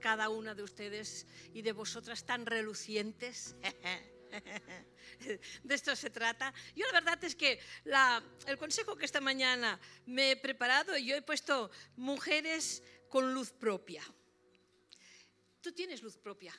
cada una de ustedes y de vosotras tan relucientes. De esto se trata. Yo la verdad es que el consejo que esta mañana me he preparado, yo he puesto mujeres con luz propia. Tú tienes luz propia.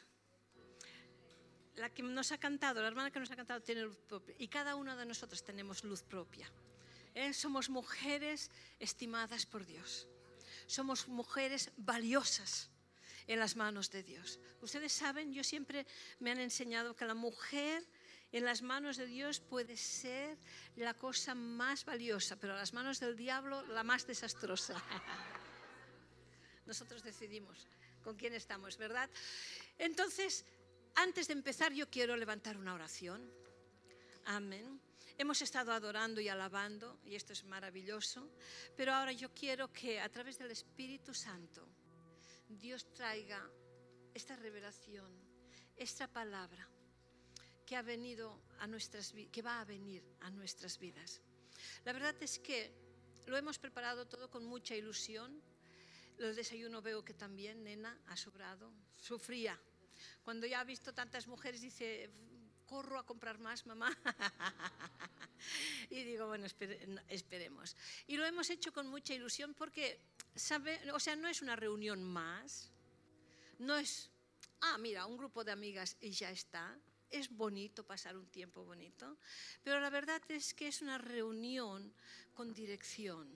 La que nos ha cantado, la hermana que nos ha cantado tiene luz propia. Y cada una de nosotros tenemos luz propia. Somos mujeres estimadas por Dios. Somos mujeres valiosas en las manos de Dios. Ustedes saben, yo siempre me han enseñado que la mujer en las manos de Dios puede ser la cosa más valiosa, pero a las manos del diablo la más desastrosa. Nosotros decidimos con quién estamos, ¿verdad? Entonces, antes de empezar, yo quiero levantar una oración. Amén. Hemos estado adorando y alabando, y esto es maravilloso, pero ahora yo quiero que a través del Espíritu Santo Dios traiga esta revelación, esta palabra que ha venido que va a venir a nuestras vidas. La verdad es que lo hemos preparado todo con mucha ilusión. El desayuno veo que también, nena, ha sobrado. Sufría. Cuando ya ha visto tantas mujeres dice, corro a comprar más, mamá. Y digo, bueno, esperemos. Y lo hemos hecho con mucha ilusión porque, no es una reunión más, no es, mira, un grupo de amigas y ya está. Es bonito pasar un tiempo bonito, pero la verdad es que es una reunión con dirección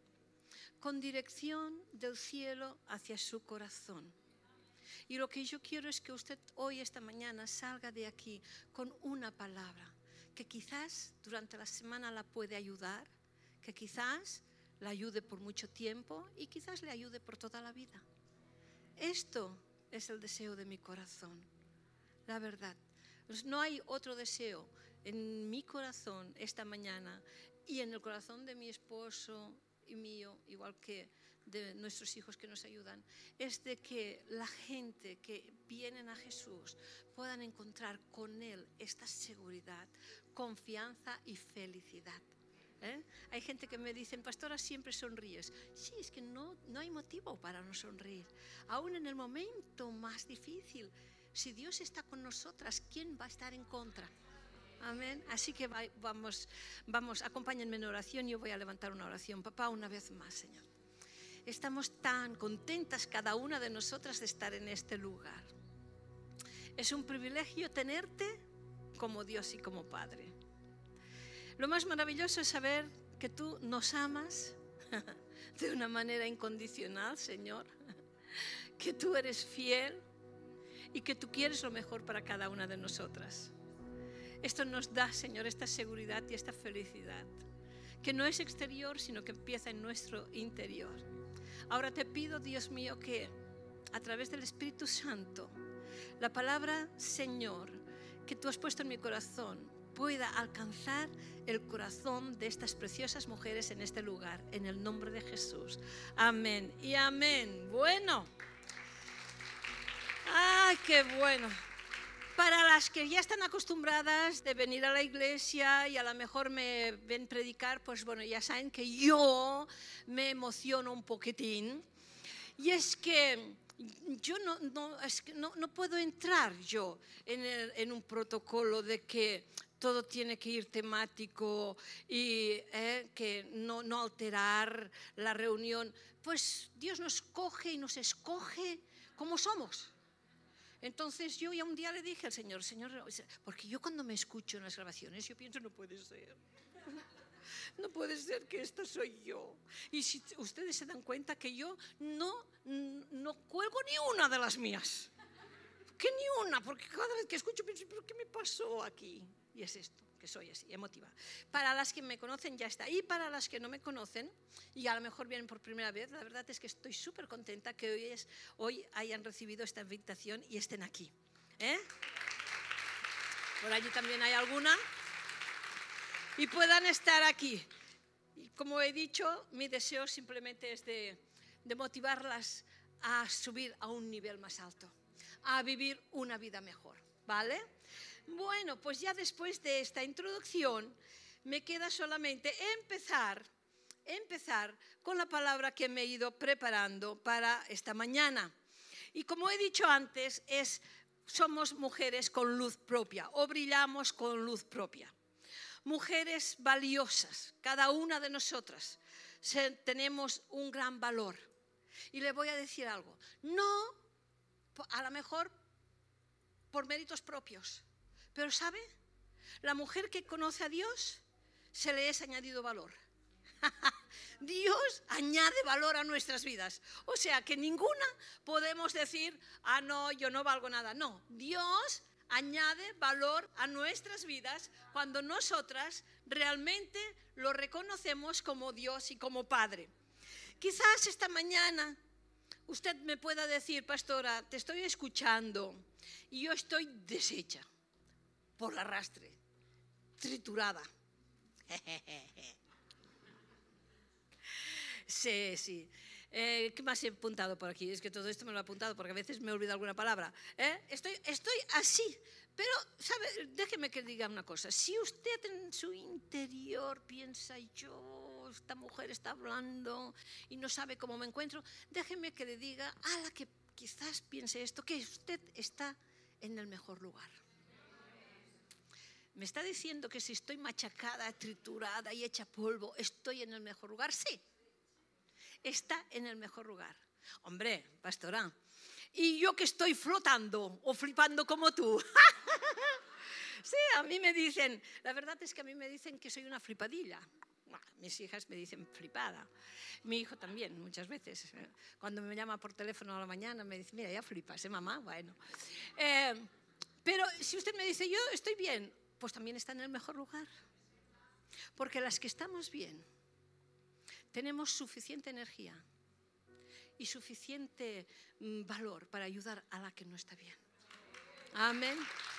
del cielo hacia su corazón. Y lo que yo quiero es que usted hoy, esta mañana, salga de aquí con una palabra que quizás durante la semana la puede ayudar, que quizás la ayude por mucho tiempo y quizás le ayude por toda la vida. Esto es el deseo de mi corazón, la verdad. No hay otro deseo en mi corazón esta mañana y en el corazón de mi esposo y mío, igual que de nuestros hijos que nos ayudan, es de que la gente que vienen a Jesús puedan encontrar con Él esta seguridad, confianza y felicidad. Hay gente que me dice, pastora, siempre sonríes. Sí, es que no hay motivo para no sonreír. Aún en el momento más difícil, si Dios está con nosotras, ¿quién va a estar en contra? Amén. Así que vamos, acompáñenme en oración. Yo voy a levantar una oración. Papá, una vez más, Señor. Estamos tan contentas cada una de nosotras de estar en este lugar. Es un privilegio tenerte como Dios y como Padre. Lo más maravilloso es saber que tú nos amas de una manera incondicional, Señor. Que tú eres fiel y que tú quieres lo mejor para cada una de nosotras. Esto nos da, Señor, esta seguridad y esta felicidad, que no es exterior, sino que empieza en nuestro interior. Ahora te pido, Dios mío, que a través del Espíritu Santo, la palabra Señor, que tú has puesto en mi corazón, pueda alcanzar el corazón de estas preciosas mujeres en este lugar, en el nombre de Jesús. Amén y amén. Bueno. ¡Ay, qué bueno! Para las que ya están acostumbradas de venir a la iglesia y a lo mejor me ven predicar, pues bueno, ya saben que yo me emociono un poquitín. Y es que yo no puedo entrar yo en un protocolo de que todo tiene que ir temático y que no alterar la reunión. Pues Dios nos coge y nos escoge como somos. Entonces yo ya un día le dije al Señor, porque yo cuando me escucho en las grabaciones, yo pienso, no puede ser que esta soy yo. Y si ustedes se dan cuenta que yo no cuelgo ni una de las mías, que ni una, porque cada vez que escucho pienso, ¿pero qué me pasó aquí? Y es esto, que soy así, emotiva. Para las que me conocen ya está. Y para las que no me conocen, y a lo mejor vienen por primera vez, la verdad es que estoy súper contenta que hoy hayan recibido esta invitación y estén aquí. Por allí también hay alguna. Y puedan estar aquí. Y como he dicho, mi deseo simplemente es de motivarlas a subir a un nivel más alto, a vivir una vida mejor, ¿vale? Bueno, pues ya después de esta introducción me queda solamente empezar con la palabra que me he ido preparando para esta mañana. Y como he dicho antes, somos mujeres con luz propia o brillamos con luz propia. Mujeres valiosas, cada una de nosotras tenemos un gran valor. Y le voy a decir algo, no a lo mejor por méritos propios, pero ¿sabe? La mujer que conoce a Dios se le es añadido valor. Dios añade valor a nuestras vidas. O sea que ninguna podemos decir, no, yo no valgo nada. No, Dios añade valor a nuestras vidas cuando nosotras realmente lo reconocemos como Dios y como Padre. Quizás esta mañana usted me pueda decir, pastora, te estoy escuchando y yo estoy deshecha por el arrastre, triturada. Sí. ¿Qué más he apuntado por aquí? Es que todo esto me lo he apuntado porque a veces me he olvidado alguna palabra. Estoy así. Pero, ¿sabe? Déjeme que diga una cosa. Si usted en su interior piensa, esta mujer está hablando y no sabe cómo me encuentro, déjeme que le diga a la que quizás piense esto, que usted está en el mejor lugar. ¿Me está diciendo que si estoy machacada, triturada y hecha polvo, estoy en el mejor lugar? Sí. Está en el mejor lugar. Hombre, pastora, y yo que estoy flotando o flipando como tú. Sí, a mí me dicen, la verdad es que a mí me dicen que soy una flipadilla. Bueno, mis hijas me dicen flipada. Mi hijo también, muchas veces. Cuando me llama por teléfono a la mañana me dice, mira, ya flipas, mamá? Bueno. Pero si usted me dice, yo estoy bien, pues también está en el mejor lugar. Porque las que estamos bien, tenemos suficiente energía y suficiente valor para ayudar a la que no está bien. Amén.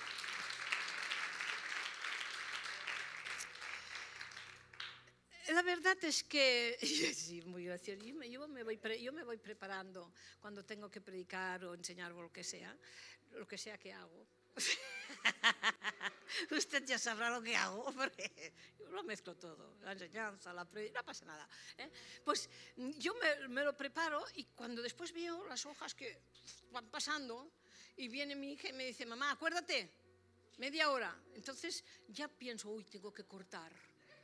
La verdad es que, sí, muy gracioso, yo me voy preparando cuando tengo que predicar o enseñar o lo que sea que hago. Usted ya sabrá lo que hago, porque yo lo mezclo todo, la enseñanza, la predicación, no pasa nada. Pues yo me lo preparo y cuando después veo las hojas que van pasando y viene mi hija y me dice, mamá, acuérdate, media hora. Entonces ya pienso, tengo que cortar.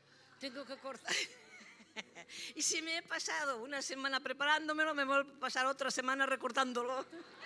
Y si me he pasado una semana preparándomelo, me voy a pasar otra semana recortándolo.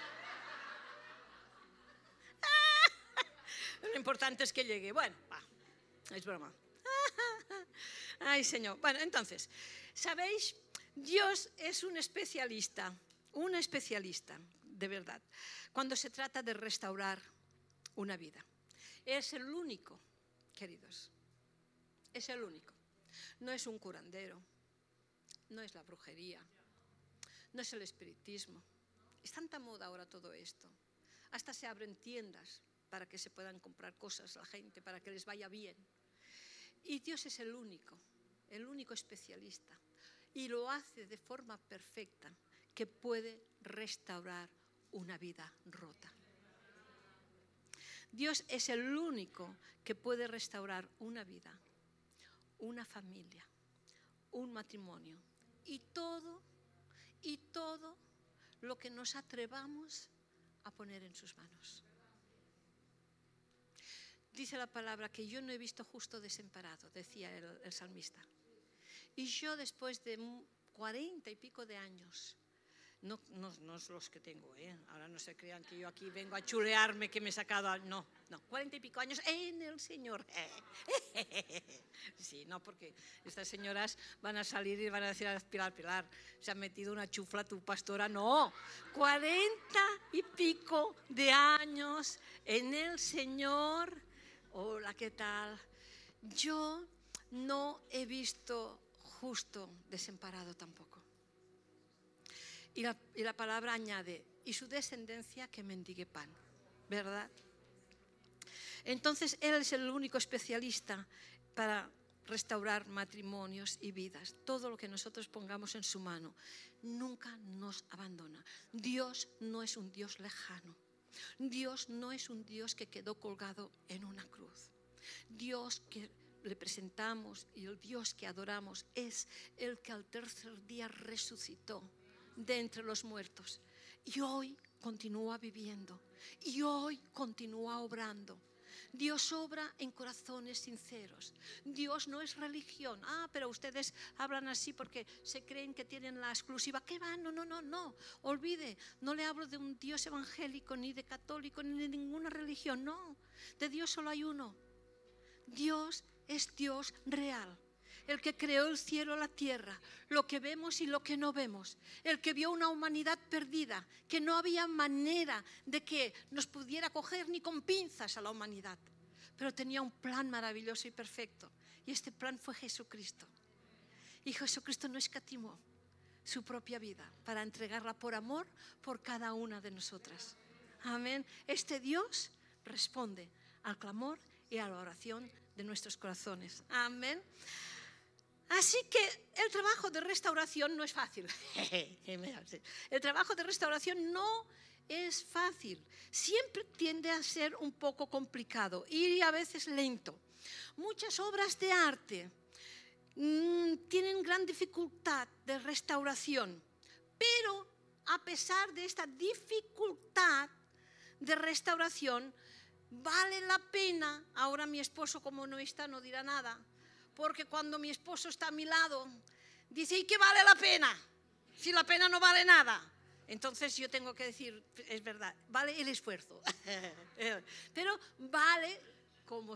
Lo importante es que llegue. Bueno, es broma. Ay, Señor. Bueno, entonces, ¿sabéis? Dios es un especialista, de verdad, cuando se trata de restaurar una vida. Es el único, queridos, es el único. No es un curandero, no es la brujería, no es el espiritismo. Es tanta moda ahora todo esto. Hasta se abren tiendas para que se puedan comprar cosas la gente, para que les vaya bien. Y Dios es el único especialista. Y lo hace de forma perfecta, que puede restaurar una vida rota. Dios es el único que puede restaurar una vida, una familia, un matrimonio y todo lo que nos atrevamos a poner en sus manos. Dice la palabra que yo no he visto justo desamparado, decía el salmista. Y yo después de 40 y pico de años, no los que tengo, ahora no se crean que yo aquí vengo a chulearme que me he sacado, no, 40 y pico años en el Señor. Sí, no, porque estas señoras van a salir y van a decir a Pilar, se ha metido una chufla tu pastora. No, 40 y pico de años en el Señor. Hola, ¿qué tal? Yo no he visto justo desamparado tampoco. Y la palabra añade, y su descendencia que mendigue pan, ¿verdad? Entonces, Él es el único especialista para restaurar matrimonios y vidas. Todo lo que nosotros pongamos en su mano nunca nos abandona. Dios no es un Dios lejano. Dios no es un Dios que quedó colgado en una cruz. Dios que le presentamos y el Dios que adoramos es el que al tercer día resucitó de entre los muertos. Y hoy continúa viviendo y hoy continúa obrando. Dios obra en corazones sinceros. Dios no es religión. Pero ustedes hablan así porque se creen que tienen la exclusiva. ¿Qué va? No. Olvide, no le hablo de un Dios evangélico, ni de católico, ni de ninguna religión. No, de Dios solo hay uno. Dios es Dios real. El que creó el cielo, la tierra, lo que vemos y lo que no vemos. El que vio una humanidad perdida, que no había manera de que nos pudiera coger ni con pinzas a la humanidad. Pero tenía un plan maravilloso y perfecto. Y este plan fue Jesucristo. Y Jesucristo no escatimó su propia vida para entregarla por amor por cada una de nosotras. Amén. Este Dios responde al clamor y a la oración de nuestros corazones. Amén. Así que el trabajo de restauración no es fácil. El trabajo de restauración no es fácil. Siempre tiende a ser un poco complicado y a veces lento. Muchas obras de arte tienen gran dificultad de restauración, pero a pesar de esta dificultad de restauración, vale la pena. Ahora mi esposo, como no está, no dirá nada. Porque cuando mi esposo está a mi lado, dice, ¿y qué vale la pena? Si la pena no vale nada. Entonces yo tengo que decir, es verdad, vale el esfuerzo. Pero vale, como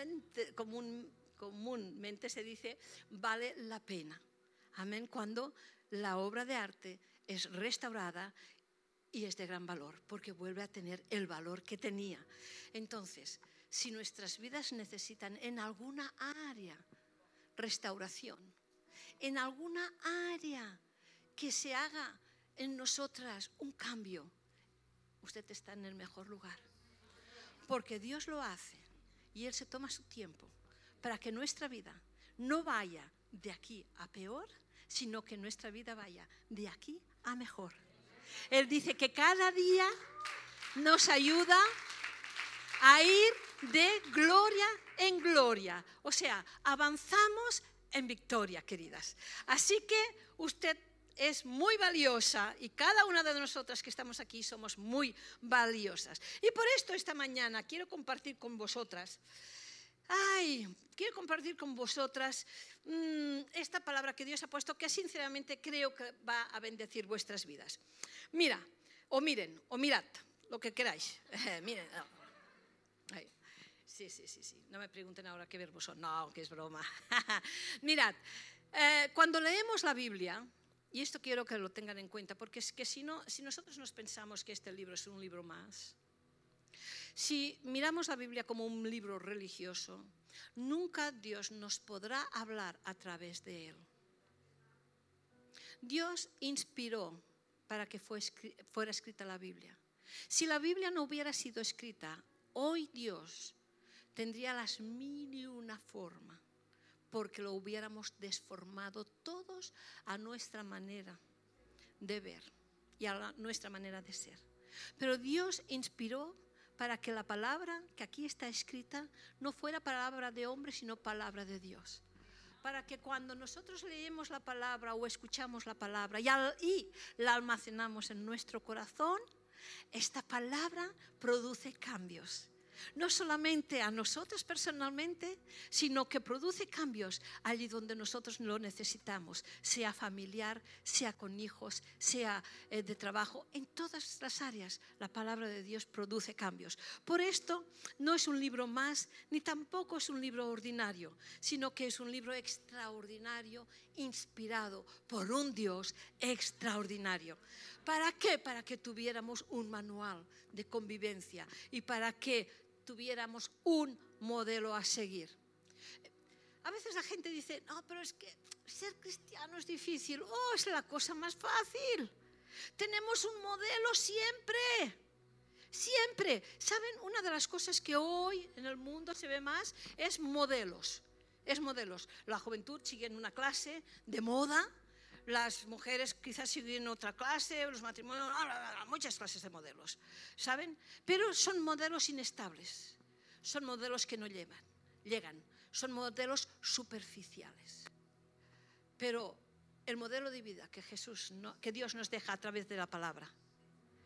comúnmente se dice, vale la pena. Amén, cuando la obra de arte es restaurada y es de gran valor, porque vuelve a tener el valor que tenía. Entonces, si nuestras vidas necesitan en alguna área restauración, en alguna área que se haga en nosotras un cambio, usted está en el mejor lugar, porque Dios lo hace y Él se toma su tiempo para que nuestra vida no vaya de aquí a peor, sino que nuestra vida vaya de aquí a mejor. Él dice que cada día nos ayuda a ir de gloria en gloria. O sea, avanzamos en victoria, queridas. Así que usted es muy valiosa y cada una de nosotras que estamos aquí somos muy valiosas. Y por esto esta mañana quiero compartir con vosotras, esta palabra que Dios ha puesto, que sinceramente creo que va a bendecir vuestras vidas. Mira, o miren, o mirad, lo que queráis. Miren. Sí. No me pregunten ahora qué verbos son. No, que es broma. Mirad, cuando leemos la Biblia, y esto quiero que lo tengan en cuenta, porque es que si nosotros nos pensamos que este libro es un libro más, si miramos la Biblia como un libro religioso, nunca Dios nos podrá hablar a través de él. Dios inspiró para que fuera escrita la Biblia. Si la Biblia no hubiera sido escrita, hoy Dios tendría las 1001 formas, porque lo hubiéramos desformado todos a nuestra manera de ver y a nuestra manera de ser. Pero Dios inspiró para que la palabra que aquí está escrita no fuera palabra de hombre, sino palabra de Dios. Para que cuando nosotros leemos la palabra o escuchamos la palabra y la almacenamos en nuestro corazón, esta palabra produce cambios. No solamente a nosotros personalmente, sino que produce cambios allí donde nosotros lo necesitamos, sea familiar, sea con hijos, sea de trabajo, en todas las áreas la palabra de Dios produce cambios. Por esto no es un libro más, ni tampoco es un libro ordinario, sino que es un libro extraordinario, inspirado por un Dios extraordinario. ¿Para qué? Para que tuviéramos un manual de convivencia y para que tuviéramos un modelo a seguir. A veces la gente dice, no, pero es que ser cristiano es difícil. Es la cosa más fácil. Tenemos un modelo siempre. Siempre. ¿Saben? Una de las cosas que hoy en el mundo se ve más es modelos. La juventud sigue en una clase de moda. Las mujeres quizás siguen otra clase, los matrimonios, muchas clases de modelos, ¿saben? Pero son modelos inestables, son modelos que no llegan, son modelos superficiales. Pero el modelo de vida que Dios nos deja a través de la palabra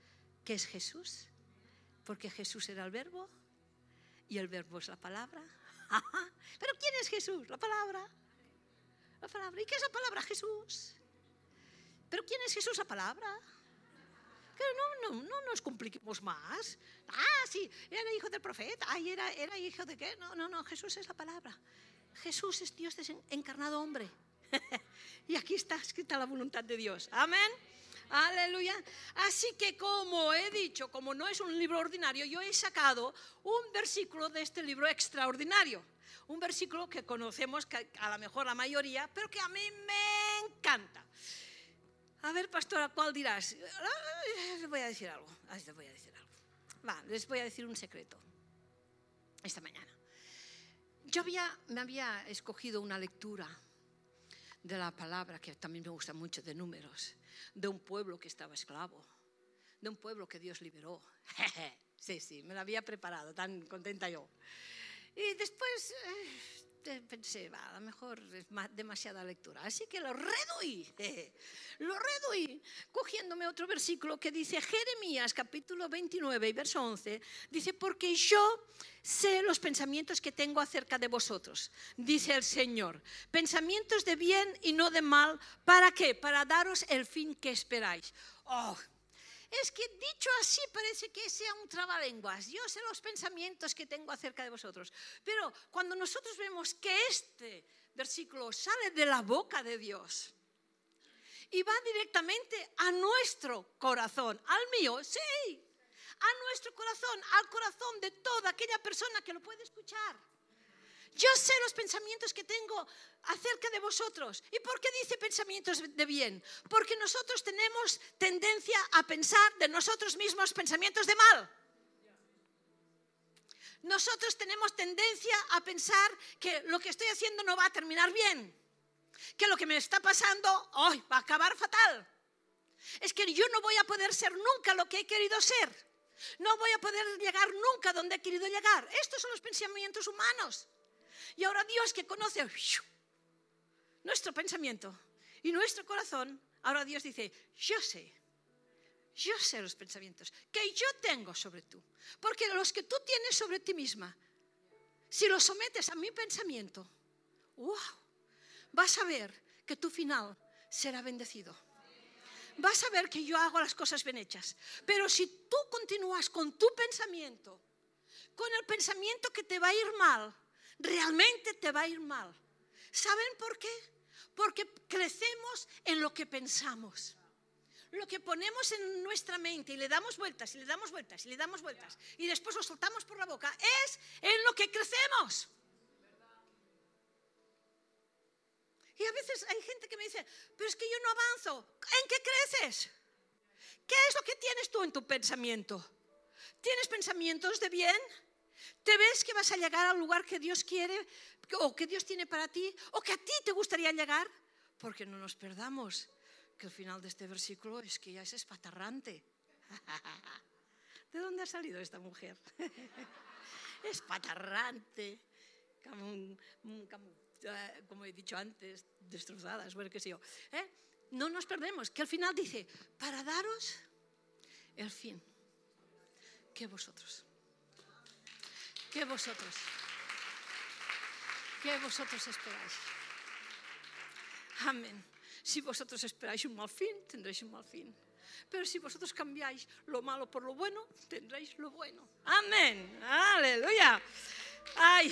¿Qué es Jesús? Porque Jesús era el verbo y el verbo es la palabra. ¿Pero quién es Jesús? La palabra. La palabra. ¿Y qué es la palabra Jesús? ¿Pero quién es Jesús? La palabra. No nos compliquemos más. Sí, era hijo del profeta. Era hijo de qué. No, Jesús es la palabra. Jesús es Dios encarnado hombre. Y aquí está escrita la voluntad de Dios. Amén. Aleluya. Así que, como he dicho, como no es un libro ordinario, yo he sacado un versículo de este libro extraordinario. Un versículo que conocemos a lo mejor la mayoría, pero que a mí me encanta. A ver, pastora, ¿cuál dirás? Les voy a decir algo. Les voy a decir un secreto. Esta mañana. Me había escogido una lectura de la palabra, que también me gusta mucho, de Números, de un pueblo que estaba esclavo, de un pueblo que Dios liberó. Sí, me la había preparado, tan contenta yo. Y después pensé, a lo mejor es demasiada lectura, así que lo reduí, cogiéndome otro versículo que dice, Jeremías capítulo 29 y verso 11, dice, porque yo sé los pensamientos que tengo acerca de vosotros, dice el Señor, pensamientos de bien y no de mal, ¿para qué? Para daros el fin que esperáis. Es que dicho así parece que sea un trabalenguas. Yo sé los pensamientos que tengo acerca de vosotros. Pero cuando nosotros vemos que este versículo sale de la boca de Dios y va directamente a nuestro corazón, al mío, sí, a nuestro corazón, al corazón de toda aquella persona que lo puede escuchar. Yo sé los pensamientos que tengo acerca de vosotros. ¿Y por qué dice pensamientos de bien? Porque nosotros tenemos tendencia a pensar de nosotros mismos pensamientos de mal. Nosotros tenemos tendencia a pensar que lo que estoy haciendo no va a terminar bien. Que lo que me está pasando hoy va a acabar fatal. Es que yo no voy a poder ser nunca lo que he querido ser. No voy a poder llegar nunca donde he querido llegar. Estos son los pensamientos humanos. Y ahora Dios, que conoce nuestro pensamiento y nuestro corazón, ahora Dios dice, yo sé los pensamientos que yo tengo sobre tú. Porque los que tú tienes sobre ti misma, si los sometes a mi pensamiento, vas a ver que tu final será bendecido. Vas a ver que yo hago las cosas bien hechas. Pero si tú continúas con tu pensamiento, con el pensamiento que te va a ir mal, realmente te va a ir mal. ¿Saben por qué? Porque crecemos en lo que pensamos. Lo que ponemos en nuestra mente y le damos vueltas y le damos vueltas y le damos vueltas y después lo soltamos por la boca, es en lo que crecemos. Y a veces hay gente que me dice, pero es que yo no avanzo. ¿En qué creces? ¿Qué es lo que tienes tú en tu pensamiento? ¿Tienes pensamientos de bien? ¿Te ves que vas a llegar al lugar que Dios quiere o que Dios tiene para ti o que a ti te gustaría llegar? Porque no nos perdamos que el final de este versículo es que ya es espatarrante. ¿De dónde ha salido esta mujer? Espatarrante, como he dicho antes, destrozadas, bueno, qué sé yo. No nos perdemos, que al final dice, para daros el fin que vosotros esperáis. Amén. Si vosotros esperáis un mal fin, tendréis un mal fin. Pero si vosotros cambiáis lo malo por lo bueno, tendréis lo bueno. Amén. Aleluya. Ay.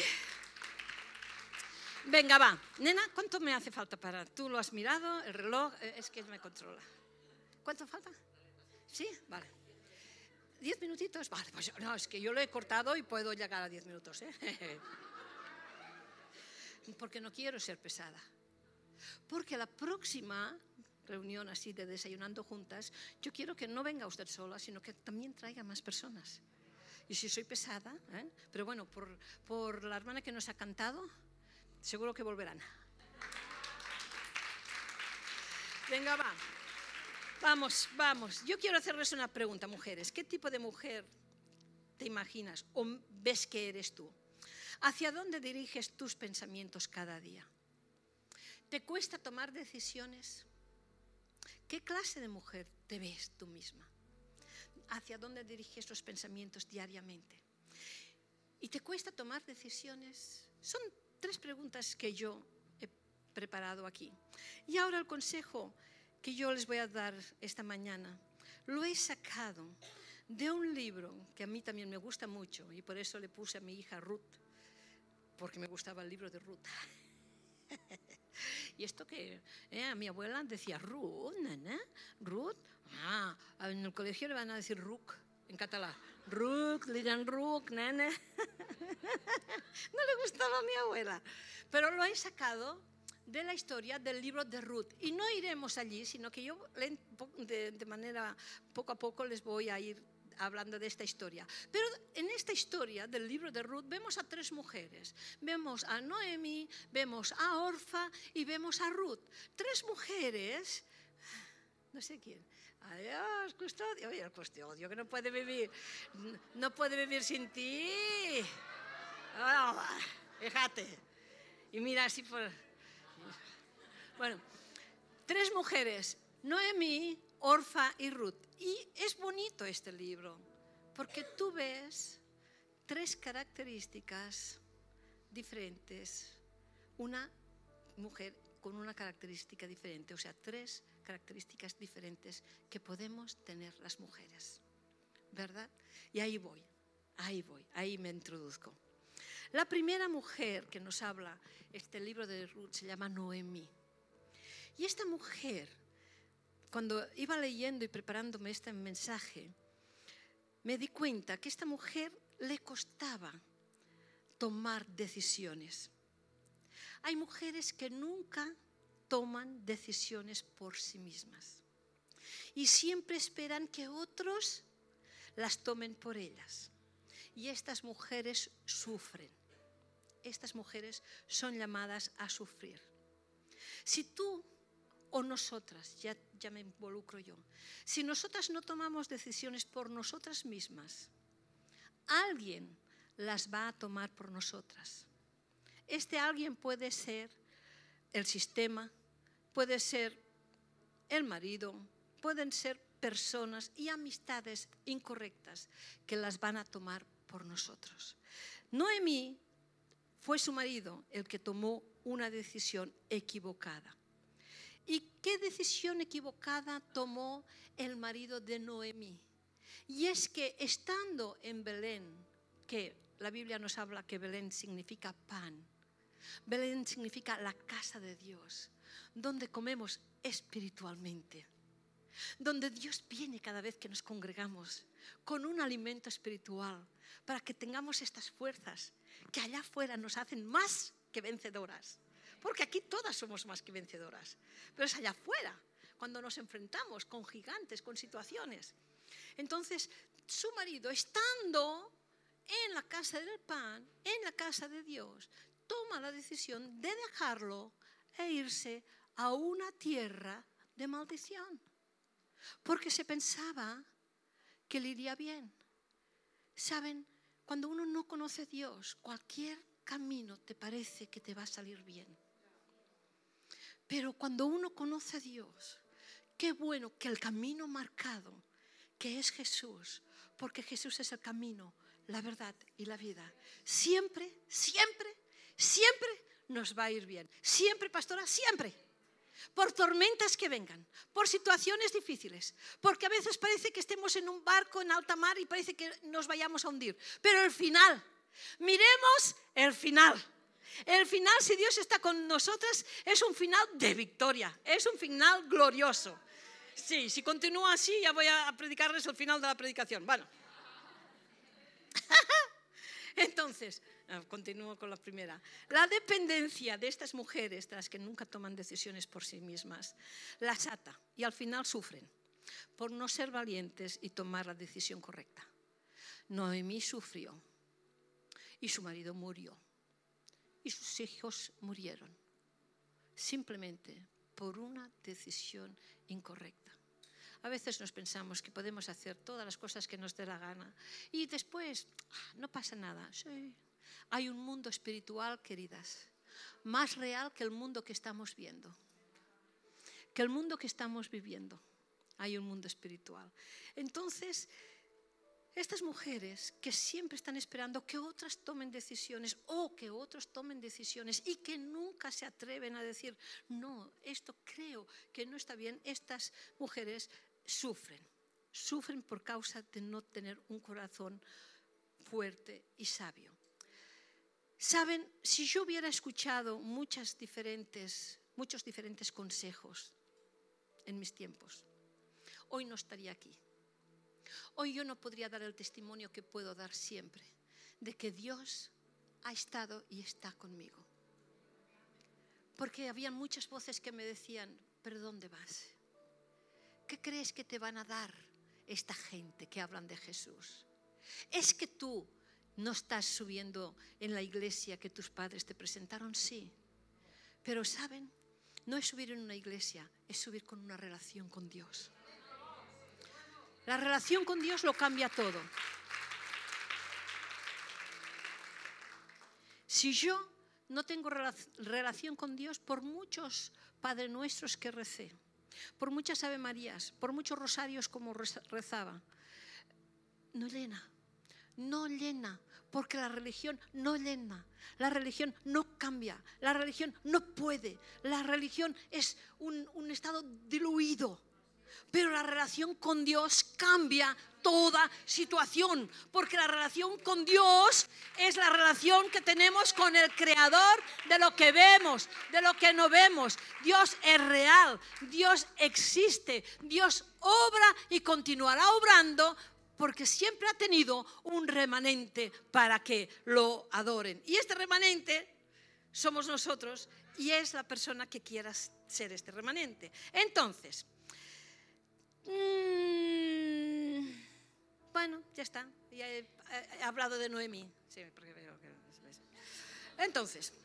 Venga, va. Nena, ¿cuánto me hace falta para...? ¿Tú lo has mirado? El reloj es que me controla. ¿Cuánto falta? ¿Sí? Vale. 10 minutitos, vale, pues no, es que yo lo he cortado y puedo llegar a 10 minutos, porque no quiero ser pesada. Porque la próxima reunión así de desayunando juntas, yo quiero que no venga usted sola, sino que también traiga más personas. Y si soy pesada, pero bueno, por la hermana que nos ha cantado, seguro que volverán. Venga, va. Vamos. Yo quiero hacerles una pregunta, mujeres. ¿Qué tipo de mujer te imaginas o ves que eres tú? ¿Hacia dónde diriges tus pensamientos cada día? ¿Te cuesta tomar decisiones? ¿Qué clase de mujer te ves tú misma? hacia dónde diriges los pensamientos diariamente. ¿Y te cuesta tomar decisiones? Son 3 preguntas que yo he preparado aquí. Y ahora el consejo que yo les voy a dar esta mañana lo he sacado de un libro que a mí también me gusta mucho y por eso le puse a mi hija Ruth, porque me gustaba el libro de Ruth. Y esto que a mi abuela decía Ruth, nena, Ruth. En el colegio le van a decir Ruc en catalán. Ruc, le dirán Ruc, nena. No le gustaba a mi abuela, pero lo he sacado de la historia del libro de Ruth. Y no iremos allí, sino que yo de manera poco a poco les voy a ir hablando de esta historia. Pero en esta historia del libro de Ruth vemos a 3 mujeres. Vemos a Noemi, vemos a Orfa y vemos a Ruth. 3 mujeres, no sé quién. Adiós, custodio. Oye, el custodio que no puede vivir sin ti. Fíjate. Y mira así por... Bueno, 3 mujeres, Noemi, Orfa y Ruth. Y es bonito este libro, porque tú ves 3 características diferentes, una mujer con una característica diferente, o sea, 3 características diferentes que podemos tener las mujeres, ¿verdad? Y ahí me introduzco. La primera mujer que nos habla este libro de Ruth se llama Noemi. Y esta mujer, cuando iba leyendo y preparándome este mensaje, me di cuenta que a esta mujer le costaba tomar decisiones. Hay mujeres que nunca toman decisiones por sí mismas y siempre esperan que otros las tomen por ellas. Y estas mujeres sufren. Estas mujeres son llamadas a sufrir. Si tú o nosotras, ya me involucro yo, si nosotras no tomamos decisiones por nosotras mismas, alguien las va a tomar por nosotras. Este alguien puede ser el sistema, puede ser el marido, pueden ser personas y amistades incorrectas que las van a tomar por nosotros. Noemí fue su marido el que tomó una decisión equivocada. ¿Y qué decisión equivocada tomó el marido de Noemí? Y es que estando en Belén, que la Biblia nos habla que Belén significa pan, Belén significa la casa de Dios, donde comemos espiritualmente, donde Dios viene cada vez que nos congregamos con un alimento espiritual para que tengamos estas fuerzas que allá afuera nos hacen más que vencedoras. Porque aquí todas somos más que vencedoras, pero es allá afuera, cuando nos enfrentamos con gigantes, con situaciones. Entonces, su marido, estando en la casa del pan, en la casa de Dios, toma la decisión de dejarlo e irse a una tierra de maldición, porque se pensaba que le iría bien. ¿Saben? Cuando uno no conoce a Dios, cualquier camino te parece que te va a salir bien. Pero cuando uno conoce a Dios, qué bueno que el camino marcado, que es Jesús, porque Jesús es el camino, la verdad y la vida, siempre, siempre, siempre nos va a ir bien. Siempre, pastora, siempre. Por tormentas que vengan, por situaciones difíciles, porque a veces parece que estemos en un barco en alta mar y parece que nos vayamos a hundir. Pero el final, miremos el final. El final, si Dios está con nosotras, es un final de victoria, es un final glorioso. Sí, si continúa así, ya voy a predicarles el final de la predicación. Bueno. Entonces, continúo con la primera. La dependencia de estas mujeres, de las que nunca toman decisiones por sí mismas, las ata y al final sufren por no ser valientes y tomar la decisión correcta. Noemí sufrió y su marido murió y sus hijos murieron simplemente por una decisión incorrecta. A veces nos pensamos que podemos hacer todas las cosas que nos dé la gana y después no pasa nada. Sí. Hay un mundo espiritual, queridas, más real que el mundo que estamos viendo. Que el mundo que estamos viviendo. Hay un mundo espiritual. Entonces, Estas mujeres que siempre están esperando que otras tomen decisiones o que otros tomen decisiones y que nunca se atreven a decir, no, esto creo que no está bien, estas mujeres sufren por causa de no tener un corazón fuerte y sabio. Saben, si yo hubiera escuchado muchos diferentes consejos en mis tiempos, hoy no estaría aquí. Hoy yo no podría dar el testimonio que puedo dar siempre, de que Dios ha estado y está conmigo. Porque había muchas voces que me decían, ¿pero dónde vas? ¿Qué crees que te van a dar esta gente que hablan de Jesús? ¿Es que tú no estás subiendo en la iglesia que tus padres te presentaron? Sí. Pero ¿saben? No es subir en una iglesia, es subir con una relación con Dios. La relación con Dios lo cambia todo. Si yo no tengo relación con Dios, por muchos Padre Nuestros que recé, por muchas Ave Marías, por muchos rosarios como rezaba, no llena, porque la religión no llena, la religión no cambia, la religión no puede, la religión es un estado diluido. Pero la relación con Dios cambia toda situación, porque la relación con Dios es la relación que tenemos con el Creador de lo que vemos, de lo que no vemos. Dios es real, Dios existe, Dios obra y continuará obrando porque siempre ha tenido un remanente para que lo adoren. Y este remanente somos nosotros y es la persona que quiera ser este remanente. Entonces, bueno, ya está. Ya he hablado de Noemí. Sí, porque veo que... Entonces,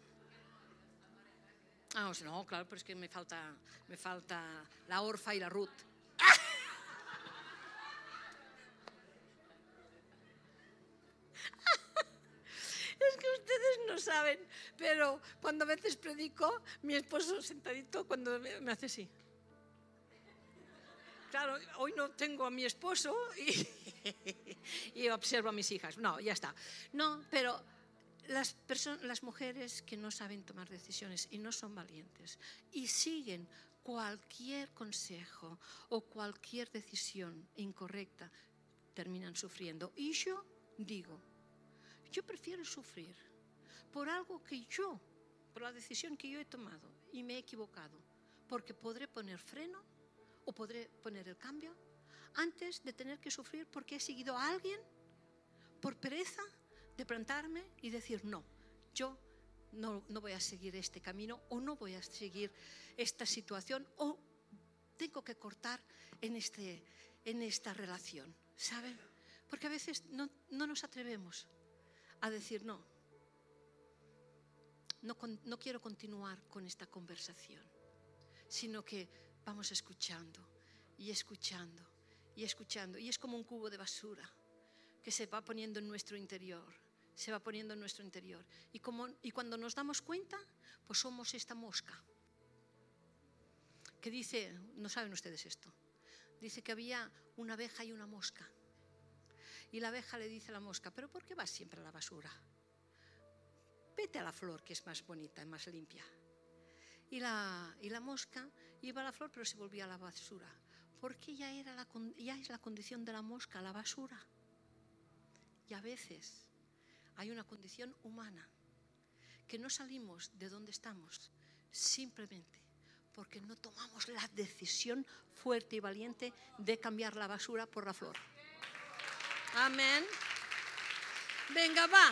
no, claro, pero es que me falta la Orfa y la Ruth. Es que ustedes no saben, pero cuando a veces predico, mi esposo sentadito cuando me hace así. Claro, hoy no tengo a mi esposo y observo a mis hijas. No, ya está. No, pero las mujeres que no saben tomar decisiones y no son valientes y siguen cualquier consejo o cualquier decisión incorrecta, terminan sufriendo. Y yo digo, yo prefiero sufrir por algo que por la decisión que yo he tomado y me he equivocado, porque podré poner freno o podré poner el cambio antes de tener que sufrir porque he seguido a alguien por pereza de plantarme y decir no, yo no voy a seguir este camino o no voy a seguir esta situación o tengo que cortar en esta relación, ¿saben? Porque a veces no nos atrevemos a decir no quiero continuar con esta conversación, sino que vamos escuchando y escuchando y escuchando. Y es como un cubo de basura que se va poniendo en nuestro interior, se va poniendo en nuestro interior. Y cuando nos damos cuenta, pues somos esta mosca. Que dice, no saben ustedes esto, dice que había una abeja y una mosca. Y la abeja le dice a la mosca, ¿pero por qué vas siempre a la basura? Vete a la flor, que es más bonita y más limpia. Y la mosca iba a la flor, pero se volvía a la basura. Porque ya es la condición de la mosca, la basura. Y a veces hay una condición humana, que no salimos de donde estamos, simplemente porque no tomamos la decisión fuerte y valiente de cambiar la basura por la flor. Amén. Venga, va.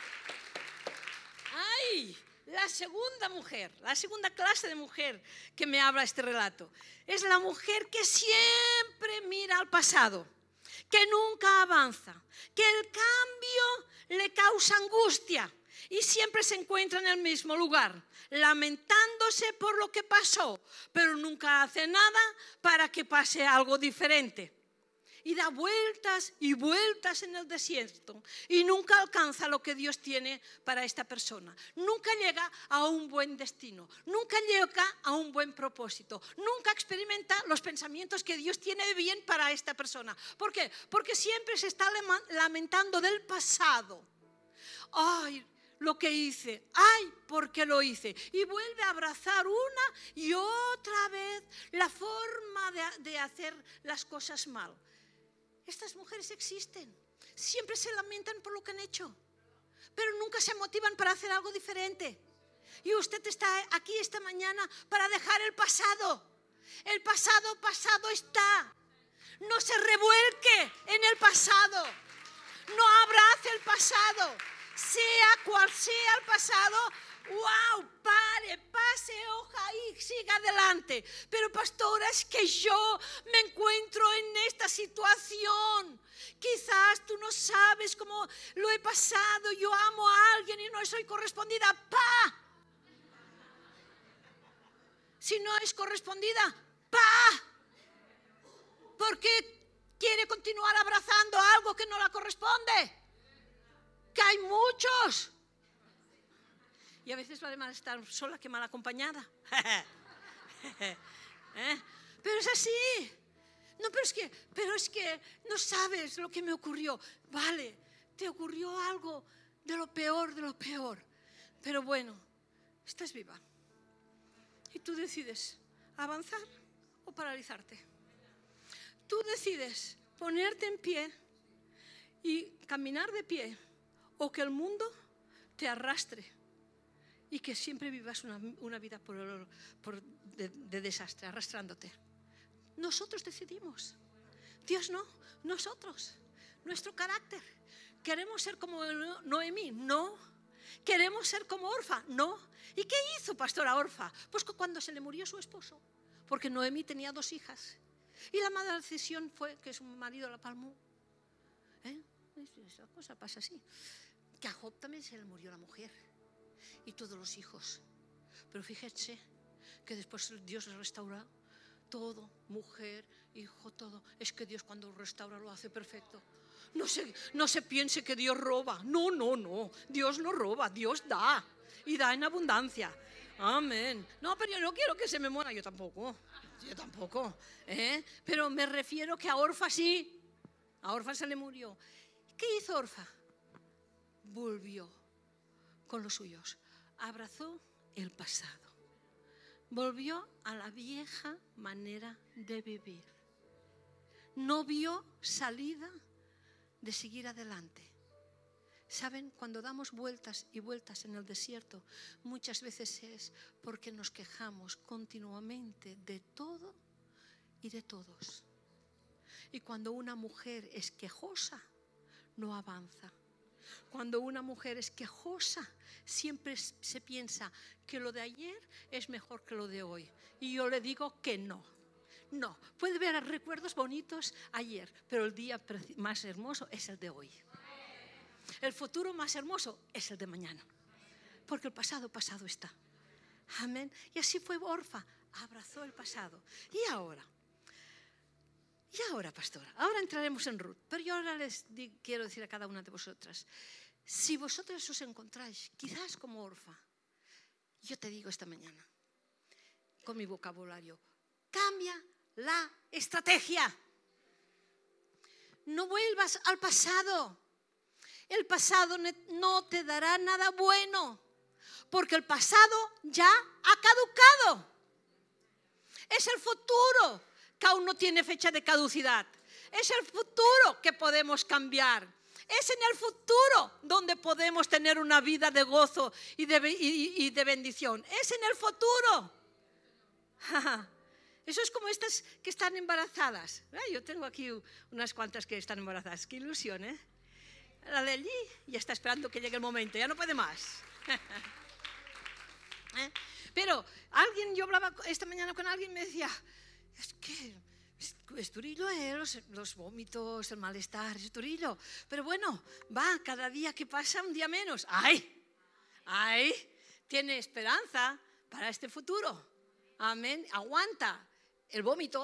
¡Ay! La segunda clase de mujer que me habla este relato, es la mujer que siempre mira al pasado, que nunca avanza, que el cambio le causa angustia y siempre se encuentra en el mismo lugar, lamentándose por lo que pasó, pero nunca hace nada para que pase algo diferente. y da vueltas y vueltas en el desierto y nunca alcanza lo que Dios tiene para esta persona. Nunca llega a un buen destino, nunca llega a un buen propósito, nunca experimenta los pensamientos que Dios tiene de bien para esta persona. ¿Por qué? Porque siempre se está lamentando del pasado. Ay, lo que hice, ay, ¿por qué lo hice? Y vuelve a abrazar una y otra vez la forma de hacer las cosas mal. Estas mujeres existen, siempre se lamentan por lo que han hecho, pero nunca se motivan para hacer algo diferente. Y usted está aquí esta mañana para dejar el pasado. El pasado, pasado está. No se revuelque en el pasado, no abrace el pasado. Sea cual sea el pasado, wow, pare, pase hoja y siga adelante. Pero pastora, es que yo me encuentro en esta situación. Quizás tú no sabes cómo lo he pasado. Yo amo a alguien y no soy correspondida. ¡Pa! Si no es correspondida, ¡pa! ¿Por qué quiere continuar abrazando algo que no la corresponde? Que hay muchos. Y a veces vale más estar sola que mal acompañada. Pero es así. No, pero es que no sabes lo que me ocurrió. Vale, te ocurrió algo de lo peor de lo peor. Pero bueno, estás viva. Y tú decides avanzar o paralizarte. Tú decides ponerte en pie y caminar de pie, o que el mundo te arrastre y que siempre vivas una vida de desastre, arrastrándote. Nosotros decidimos. Dios no, nosotros. Nuestro carácter. ¿Queremos ser como Noemí? No. ¿Queremos ser como Orfa? No. ¿Y qué hizo pastora Orfa? Pues cuando se le murió su esposo, porque Noemí tenía 2 hijas. Y la mala decisión fue que su marido la palmó. Esa cosa pasa así. Que a Job también se le murió la mujer y todos los hijos. Pero fíjense que después Dios restaura todo, mujer, hijo, todo. Es que Dios cuando restaura lo hace perfecto. No se piense que Dios roba. No. Dios no roba, Dios da. Y da en abundancia. Amén. No, pero yo no quiero que se me muera. Yo tampoco. Pero me refiero que a Orfa sí. A Orfa se le murió. ¿Qué hizo Orfa? Volvió con los suyos, abrazó el pasado, volvió a la vieja manera de vivir, no vio salida de seguir adelante. ¿Saben? Cuando damos vueltas y vueltas en el desierto, muchas veces es porque nos quejamos continuamente de todo y de todos. Y cuando una mujer es quejosa, no avanza. Cuando una mujer es quejosa, siempre se piensa que lo de ayer es mejor que lo de hoy. Y yo le digo que no. No, puede haber recuerdos bonitos ayer, pero el día más hermoso es el de hoy. El futuro más hermoso es el de mañana. Porque el pasado, pasado está. Amén. Y así fue Orfa, abrazó el pasado. Y ahora, pastora, ahora entraremos en Ruth, pero yo ahora quiero decir a cada una de vosotras, si vosotras os encontráis quizás como Orfa, yo te digo esta mañana, con mi vocabulario, cambia la estrategia. No vuelvas al pasado. El pasado no te dará nada bueno, porque el pasado ya ha caducado. Es el futuro que aún no tiene fecha de caducidad. Es el futuro que podemos cambiar. Es en el futuro donde podemos tener una vida de gozo y de bendición. Es en el futuro. Eso es como estas que están embarazadas. Yo tengo aquí unas cuantas que están embarazadas. Qué ilusión, ¿eh? La de allí ya está esperando que llegue el momento. Ya no puede más. Pero yo hablaba esta mañana con alguien y me decía, es que es durillo, los vómitos, el malestar, es durillo. Pero bueno, cada día que pasa un día menos. ¡Ay! Tiene esperanza para este futuro. Amén. Aguanta. el vómito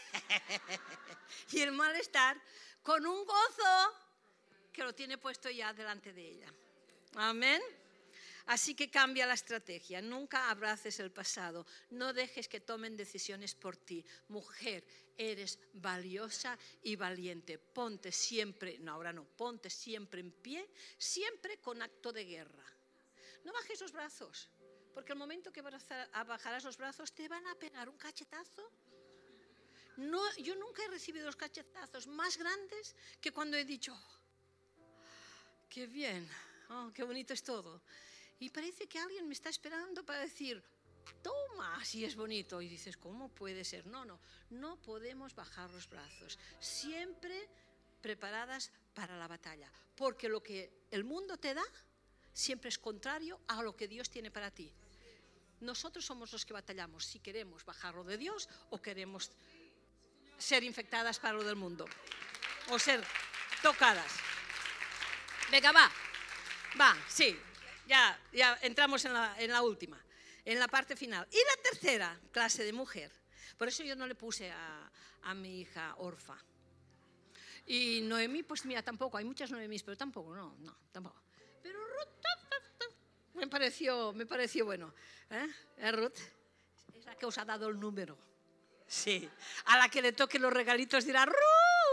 y el malestar con un gozo que lo tiene puesto ya delante de ella. Amén. Así que cambia la estrategia, nunca abraces el pasado, no dejes que tomen decisiones por ti. Mujer, eres valiosa y valiente, ponte siempre en pie, siempre con acto de guerra. No bajes los brazos, porque el momento que bajarás los brazos te van a pegar un cachetazo. No, yo nunca he recibido los cachetazos más grandes que cuando he dicho, qué bien, qué bonito es todo. Y parece que alguien me está esperando para decir, toma, así es bonito. Y dices, ¿cómo puede ser? No podemos bajar los brazos. Siempre preparadas para la batalla. Porque lo que el mundo te da siempre es contrario a lo que Dios tiene para ti. Nosotros somos los que batallamos si queremos bajar lo de Dios o queremos ser infectadas para lo del mundo. O ser tocadas. Venga, va, sí. Ya entramos en la última, en la parte final. Y la tercera clase de mujer. Por eso yo no le puse a mi hija Orfa. Y Noemí, pues mira, tampoco. Hay muchas Noemís, pero tampoco, no, tampoco. Pero Ruth me pareció bueno. Ruth es la que os ha dado el número. Sí. A la que le toque los regalitos dirá, ¡Ruth!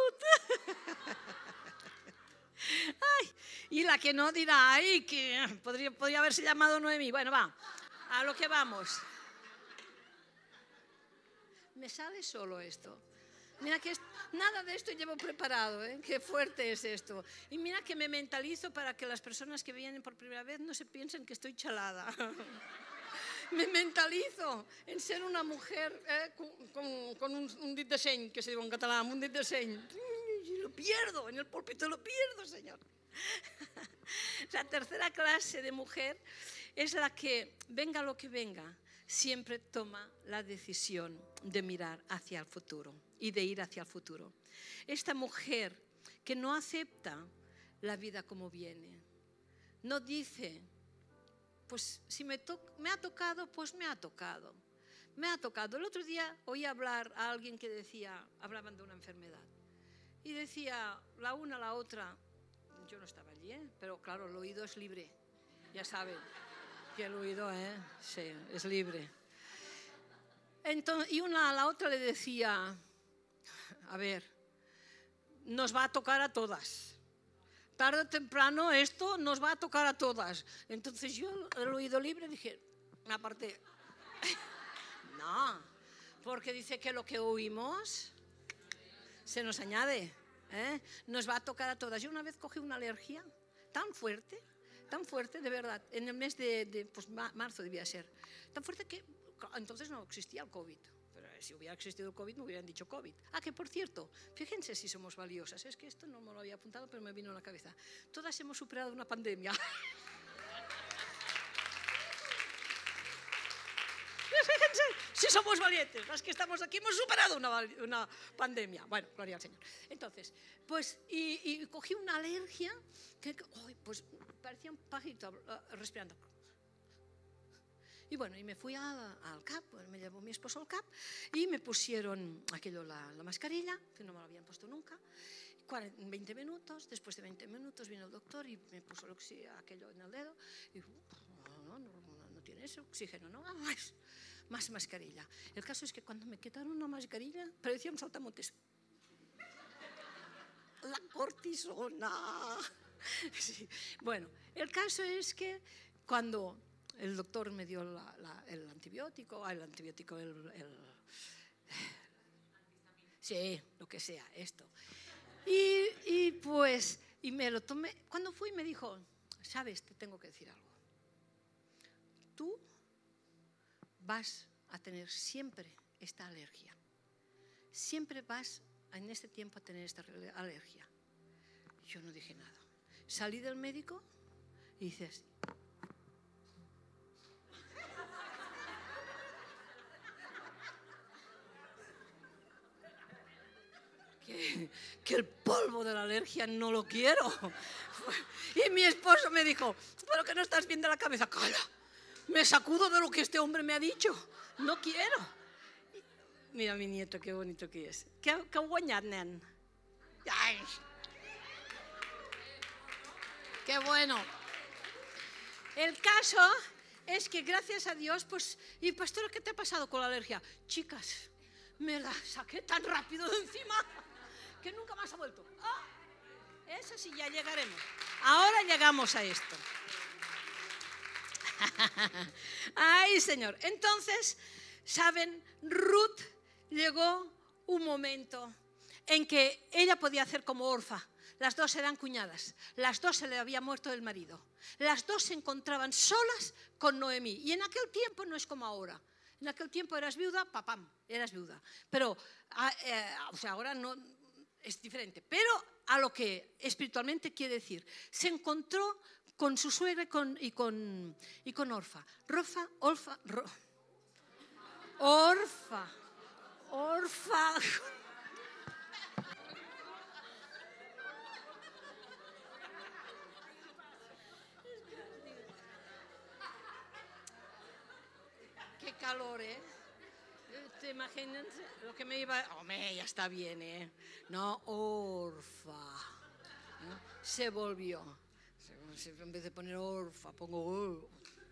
Ay, y la que no dirá, ay, que podría haberse llamado Noemí. Bueno, va, a lo que vamos. Me sale solo esto. Mira que nada de esto llevo preparado, ¿eh? Qué fuerte es esto. Y mira que me mentalizo para que las personas que vienen por primera vez no se piensen que estoy chalada. Me mentalizo en ser una mujer con un dit de seny, que se diu en català, un dit de seny. Y lo pierdo, en el púlpito lo pierdo, Señor. La tercera clase de mujer es la que, venga lo que venga, siempre toma la decisión de mirar hacia el futuro y de ir hacia el futuro. Esta mujer que no acepta la vida como viene, no dice, pues si me ha tocado, pues me ha tocado. Me ha tocado. El otro día oí hablar a alguien que decía, hablaban de una enfermedad. Y decía la una a la otra, yo no estaba allí, pero claro, el oído es libre, ya saben, que el oído sí, es libre. Entonces, y una a la otra le decía, a ver, nos va a tocar a todas, tarde o temprano esto nos va a tocar a todas. Entonces yo, el oído libre, dije, aparte, no, porque dice que lo que oímos se nos añade, nos va a tocar a todas. Yo una vez cogí una alergia tan fuerte, de verdad, en el mes de pues, marzo debía ser, tan fuerte que entonces no existía el COVID. Pero si hubiera existido el COVID me hubieran dicho COVID. Que por cierto, fíjense si somos valiosas, es que esto no me lo había apuntado pero me vino a la cabeza. Todas hemos superado una pandemia. Fíjense si somos valientes, las que estamos aquí hemos superado una pandemia. Bueno, gloria al Señor. Entonces, pues, y cogí una alergia que pues parecía un pajarito respirando. Y bueno, y me fui al CAP, me llevó mi esposo al CAP y me pusieron aquello, la mascarilla, que no me lo habían puesto nunca. 20 minutos, después de 20 minutos vino el doctor y me puso aquello en el dedo y no tienes oxígeno, ¿no? Más mascarilla. El caso es que cuando me quitaron una mascarilla parecía un saltamontes. La cortisona. Sí. Bueno, el caso es que cuando el doctor me dio el antibiótico, sí, lo que sea, esto. Y pues, y me lo tomé. Cuando fui me dijo, sabes, te tengo que decir algo. Tú vas a tener siempre esta alergia. Siempre vas en este tiempo a tener esta alergia. Yo no dije nada. Salí del médico y hice así. Que el polvo de la alergia no lo quiero. Y mi esposo me dijo, ¿pero que no estás bien de la cabeza? ¡Calla! Me sacudo de lo que este hombre me ha dicho. No quiero. Mira mi nieto, qué bonito que es. ¿Qué ha guanyat, nen? Ay. Qué bueno. El caso es que gracias a Dios, pues, y pastora, ¿qué te ha pasado con la alergia? Chicas, me la saqué tan rápido de encima que nunca más ha vuelto. Ah, eso sí, ya llegaremos. Ahora llegamos a esto. Ay, Señor. Entonces, ¿saben? Ruth llegó un momento en que ella podía hacer como Orfa. Las dos eran cuñadas, las dos se le había muerto el marido, las dos se encontraban solas con Noemí. Y en aquel tiempo no es como ahora. En aquel tiempo eras viuda, papam, eras viuda. Pero, o sea, ahora no es diferente. Pero a lo que espiritualmente quiere decir, se encontró con su suegra y con Orfa. Orfa. Qué calor, ¿eh? ¿Te imaginas lo que me iba? Hombre, ya está bien, ¿eh? No, Orfa. ¿No? Se volvió. En vez de poner Orfa, pongo...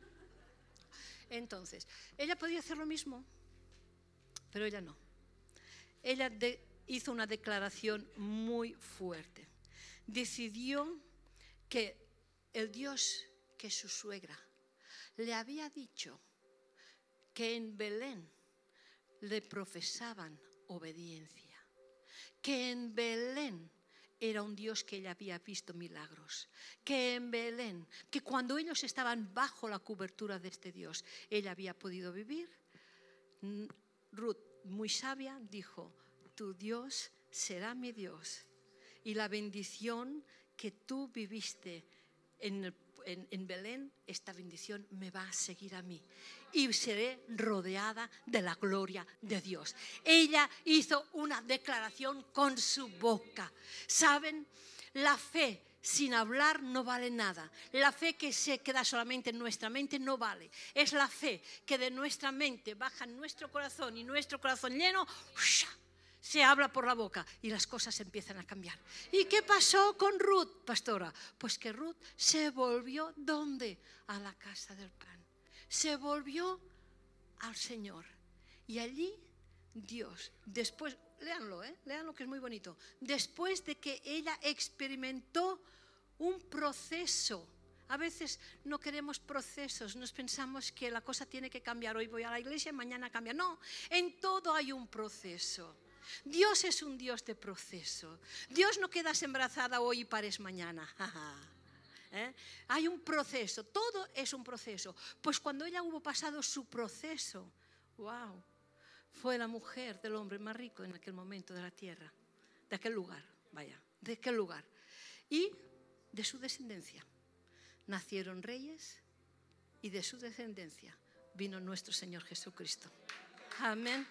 Entonces, ella podía hacer lo mismo, pero ella no. Ella hizo una declaración muy fuerte. Decidió que el Dios que su suegra le había dicho que en Belén le profesaban obediencia, que en Belén era un Dios que ella había visto milagros, que en Belén, que cuando ellos estaban bajo la cobertura de este Dios, ella había podido vivir. Ruth, muy sabia, dijo: tu Dios será mi Dios, y la bendición que tú viviste en Belén, esta bendición me va a seguir a mí y seré rodeada de la gloria de Dios. Ella hizo una declaración con su boca. ¿Saben? La fe sin hablar no vale nada. La fe que se queda solamente en nuestra mente no vale. Es la fe que de nuestra mente baja en nuestro corazón, y nuestro corazón lleno se habla por la boca y las cosas empiezan a cambiar. ¿Y qué pasó con Ruth, pastora? Pues que Ruth se volvió, ¿dónde? A la casa del pan. Se volvió al Señor. Y allí Dios, después, léanlo, léanlo que es muy bonito. Después de que ella experimentó un proceso. A veces no queremos procesos, nos pensamos que la cosa tiene que cambiar. Hoy voy a la iglesia y mañana cambia. No, en todo hay un proceso. Dios es un Dios de proceso. Dios no quedas embarazada hoy y pares mañana. Hay un proceso, todo es un proceso. Pues cuando ella hubo pasado su proceso, wow, fue la mujer del hombre más rico en aquel momento de la tierra, de aquel lugar, de aquel lugar. Y de su descendencia nacieron reyes, y de su descendencia vino nuestro Señor Jesucristo. Amén.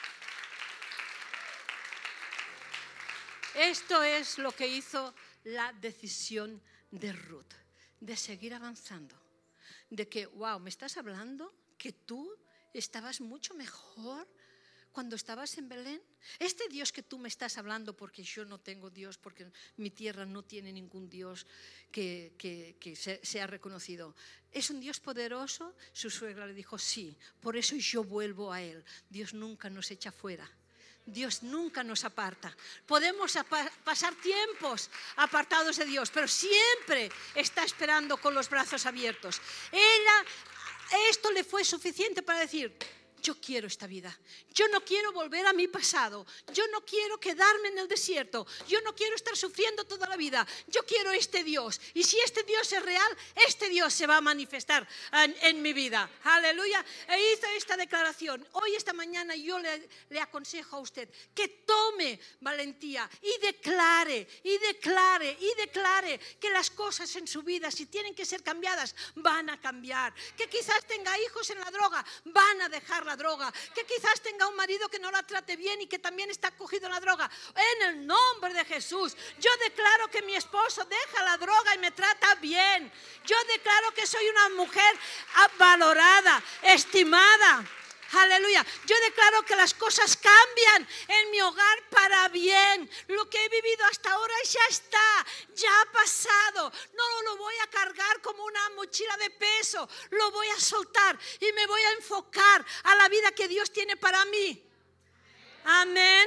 Esto es lo que hizo la decisión de Ruth, de seguir avanzando, de que, wow, ¿me estás hablando que tú estabas mucho mejor cuando estabas en Belén? Este Dios que tú me estás hablando, porque yo no tengo Dios, porque mi tierra no tiene ningún Dios que sea reconocido, ¿es un Dios poderoso? Su suegra le dijo, sí, por eso yo vuelvo a Él. Dios nunca nos echa fuera. Dios nunca nos aparta. Podemos pasar tiempos apartados de Dios, pero siempre está esperando con los brazos abiertos. Esto le fue suficiente para decir: yo quiero esta vida, yo no quiero volver a mi pasado, yo no quiero quedarme en el desierto, yo no quiero estar sufriendo toda la vida, yo quiero este Dios. Y si este Dios es real, este Dios se va a manifestar en mi vida. Aleluya. E hizo esta declaración. Hoy, esta mañana, yo le aconsejo a usted que tome valentía y declare que las cosas en su vida, si tienen que ser cambiadas, van a cambiar. Que quizás tenga hijos en la droga, van a dejar la droga. Que quizás tenga un marido que no la trate bien y que también está cogido en la droga. En el nombre de Jesús, yo declaro que mi esposo deja la droga y me trata bien. Yo declaro que soy una mujer valorada, estimada. Aleluya. Yo declaro que las cosas cambian en mi hogar para bien. Lo que he vivido hasta ahora ya está, ya ha pasado. No lo voy a cargar como una mochila de peso. Lo voy a soltar y me voy a enfocar a la vida que Dios tiene para mí. Amén.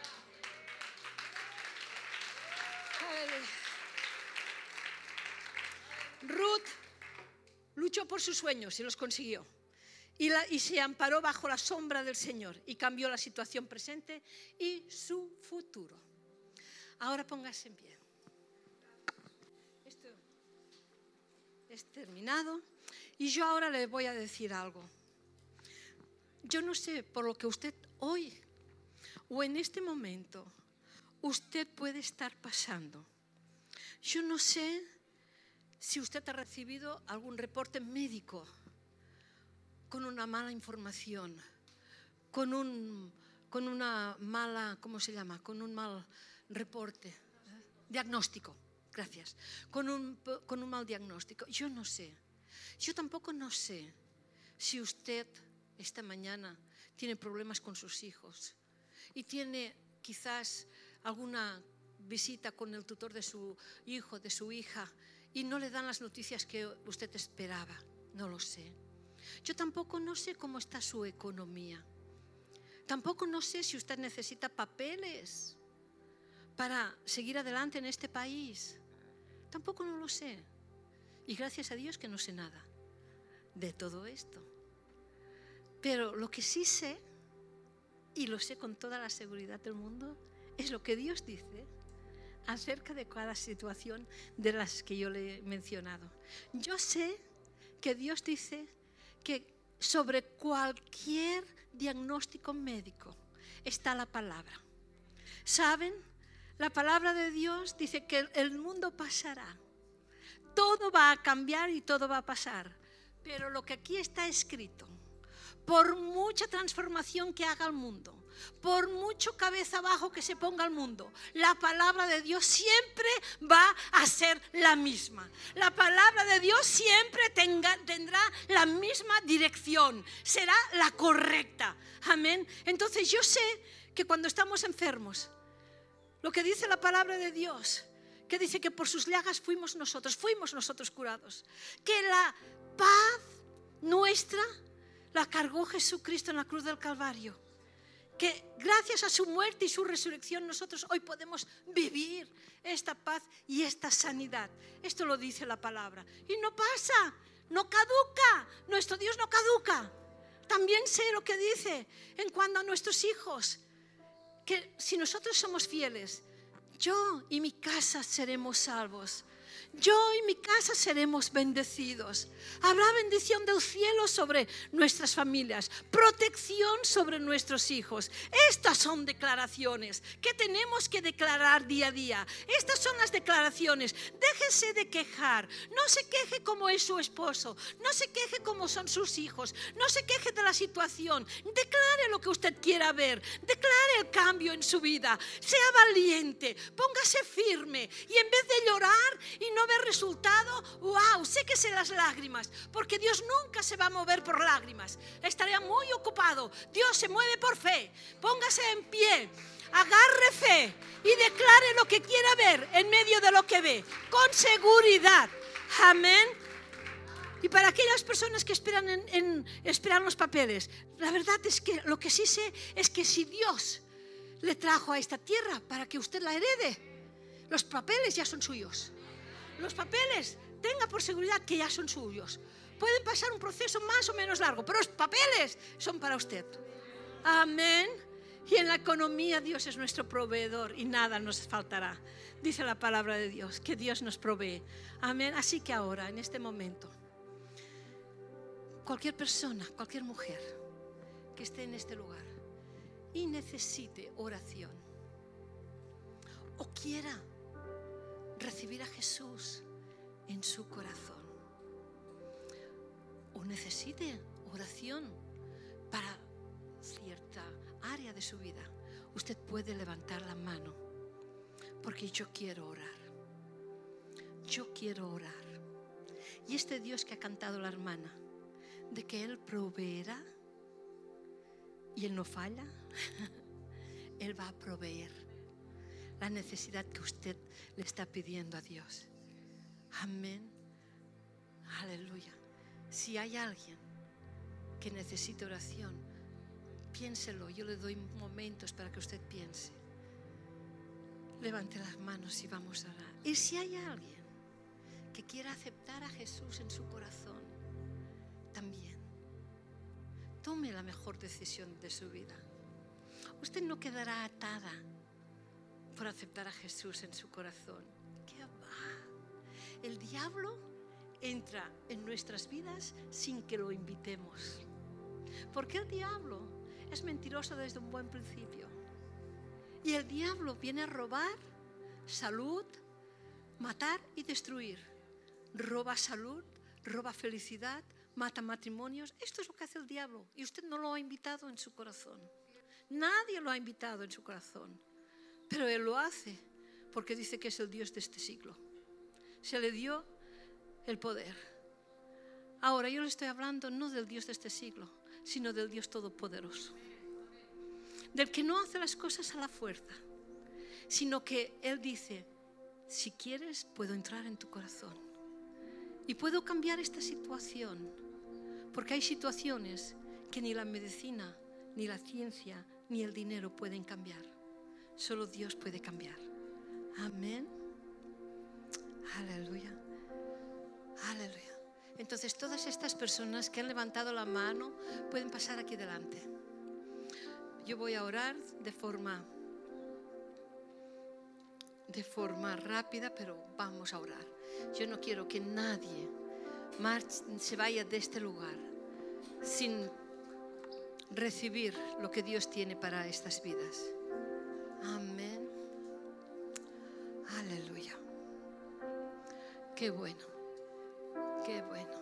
Ruth luchó por sus sueños y los consiguió. Y se amparó bajo la sombra del Señor y cambió la situación presente y su futuro. Ahora póngase en pie. Esto es terminado. Y yo ahora le voy a decir algo. Yo no sé por lo que usted hoy o en este momento usted puede estar pasando. Yo no sé si usted ha recibido algún reporte médico con una mala información, con una mala, ¿cómo se llama? Con un mal reporte, diagnóstico, gracias, con un mal diagnóstico. Yo no sé, yo tampoco no sé si usted esta mañana tiene problemas con sus hijos y tiene quizás alguna visita con el tutor de su hijo, de su hija, y no le dan las noticias que usted esperaba. No lo sé. Yo tampoco no sé cómo está su economía. Tampoco no sé si usted necesita papeles para seguir adelante en este país. Tampoco no lo sé. Y gracias a Dios que no sé nada de todo esto. Pero lo que sí sé, y lo sé con toda la seguridad del mundo, es lo que Dios dice acerca de cada situación de las que yo le he mencionado. Yo sé que Dios dice que sobre cualquier diagnóstico médico está la palabra. ¿Saben? La palabra de Dios dice que el mundo pasará. Todo va a cambiar y todo va a pasar. Pero lo que aquí está escrito, por mucha transformación que haga el mundo, por mucho cabeza abajo que se ponga el mundo, la palabra de Dios siempre va a ser la misma. La palabra de Dios siempre tendrá la misma dirección, será la correcta. Amén. Entonces yo sé que cuando estamos enfermos, lo que dice la palabra de Dios, que dice que por sus llagas fuimos nosotros curados, que la paz nuestra la cargó Jesucristo en la cruz del Calvario, que gracias a su muerte y su resurrección nosotros hoy podemos vivir esta paz y esta sanidad. Esto lo dice la palabra. Y no pasa, no caduca, nuestro Dios no caduca. También sé lo que dice en cuanto a nuestros hijos, que si nosotros somos fieles, yo y mi casa seremos salvos. Yo y mi casa seremos bendecidos. Habrá bendición del cielo sobre nuestras familias, protección sobre nuestros hijos. Estas son declaraciones que tenemos que declarar día a día. Estas son las declaraciones. Déjese de quejar. No se queje como es su esposo. No se queje como son sus hijos. No se queje de la situación. Declare lo que usted quiera ver. Declare el cambio en su vida. Sea valiente. Póngase firme. Y en vez de llorar y no ver resultado, wow, séquese las lágrimas, porque Dios nunca se va a mover por lágrimas. Estaría muy ocupado. Dios se mueve por fe. Póngase en pie, agarre fe y declare lo que quiera ver en medio de lo que ve, con seguridad. Amén. Y para aquellas personas que esperan los papeles, la verdad es que lo que sí sé es que si Dios le trajo a esta tierra para que usted la herede, los papeles ya son suyos. Los papeles, tenga por seguridad que ya son suyos. Pueden pasar un proceso más o menos largo, pero los papeles son para usted. Amén. Y en la economía Dios es nuestro proveedor y nada nos faltará. Dice la palabra de Dios, que Dios nos provee. Amén. Así que ahora, en este momento, cualquier persona, cualquier mujer que esté en este lugar y necesite oración o quiera recibir a Jesús en su corazón o necesite oración para cierta área de su vida, usted puede levantar la mano, porque yo quiero orar. Yo quiero orar. Y este Dios que ha cantado la hermana, de que Él proveerá, y Él no falla. Él va a proveer la necesidad que usted le está pidiendo a Dios. Amén. Aleluya. Si hay alguien que necesite oración, piénselo. Yo le doy momentos para que usted piense. Levante las manos y vamos a orar. Y si hay alguien que quiera aceptar a Jesús en su corazón, también tome la mejor decisión de su vida. Usted no quedará atada por aceptar a Jesús en su corazón. ¿Qué va? El diablo entra en nuestras vidas sin que lo invitemos. Porque el diablo es mentiroso desde un buen principio. Y el diablo viene a robar salud, matar y destruir. Roba salud, roba felicidad, mata matrimonios. Esto es lo que hace el diablo. Y usted no lo ha invitado en su corazón. Nadie lo ha invitado en su corazón. Pero él lo hace porque dice que es el Dios de este siglo. Se le dio el poder. Ahora yo le estoy hablando no del Dios de este siglo, sino del Dios todopoderoso. Del que no hace las cosas a la fuerza, sino que Él dice, si quieres puedo entrar en tu corazón y puedo cambiar esta situación, porque hay situaciones que ni la medicina, ni la ciencia, ni el dinero pueden cambiar. Solo Dios puede cambiar. Amén. Aleluya. Aleluya. Entonces todas estas personas que han levantado la mano pueden pasar aquí delante. Yo voy a orar de forma rápida, pero vamos a orar. Yo no quiero que nadie se vaya de este lugar sin recibir lo que Dios tiene para estas vidas. Amén. Aleluya. Qué bueno. Qué bueno.